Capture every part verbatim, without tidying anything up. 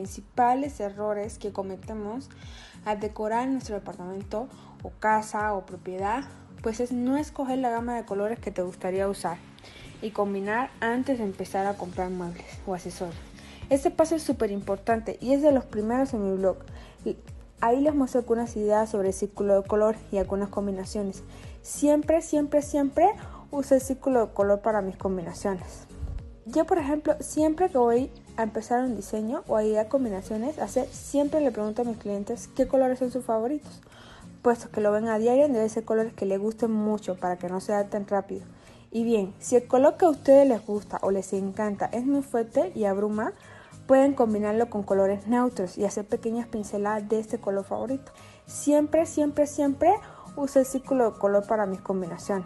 principales errores que cometemos al decorar nuestro departamento o casa o propiedad, pues es no escoger la gama de colores que te gustaría usar y combinar antes de empezar a comprar muebles o accesorios. Este paso es súper importante y es de los primeros en mi blog. Ahí les muestro algunas ideas sobre el círculo de color y algunas combinaciones. Siempre, siempre, siempre uso el círculo de color para mis combinaciones. Yo, por ejemplo, siempre que voy a empezar un diseño o a idear combinaciones a hacer, siempre le pregunto a mis clientes qué colores son sus favoritos. Puesto que lo ven a diario, debe ser colores que les gusten mucho para que no se adapten rápido. Y bien, si el color que a ustedes les gusta o les encanta es muy fuerte y abruma, pueden combinarlo con colores neutros y hacer pequeñas pinceladas de este color favorito. Siempre, siempre, siempre uso el círculo de color para mis combinaciones.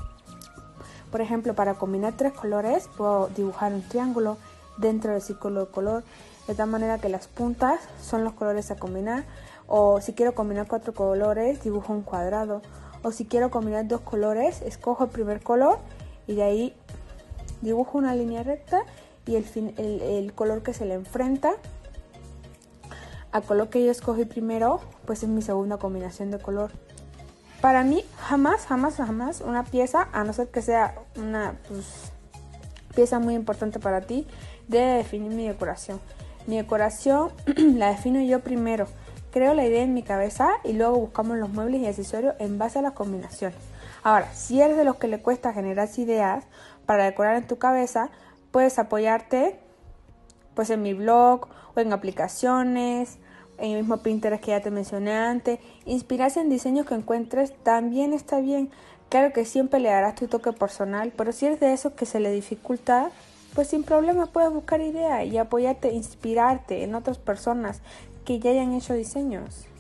Por ejemplo, para combinar tres colores puedo dibujar un triángulo dentro del círculo de color, de tal manera que las puntas son los colores a combinar. O si quiero combinar cuatro colores, dibujo un cuadrado. O si quiero combinar dos colores, escojo el primer color y de ahí dibujo una línea recta y el, fin, el, el color que se le enfrenta al color que yo escogí primero, pues es mi segunda combinación de color. Para mí, jamás, jamás, jamás una pieza, a no ser que sea una pues, pieza muy importante para ti, debe definir mi decoración. Mi decoración la defino yo primero. Creo la idea en mi cabeza y luego buscamos los muebles y accesorios en base a las combinaciones. Ahora, si eres de los que le cuesta generar ideas para decorar en tu cabeza, puedes apoyarte pues en mi blog o en aplicaciones, en el mismo Pinterest que ya te mencioné antes. Inspirarse en diseños que encuentres también está bien. Claro que siempre le darás tu toque personal, pero si eres de esos que se le dificulta, pues sin problemas puedes buscar ideas y apoyarte, inspirarte en otras personas que ya hayan hecho diseños.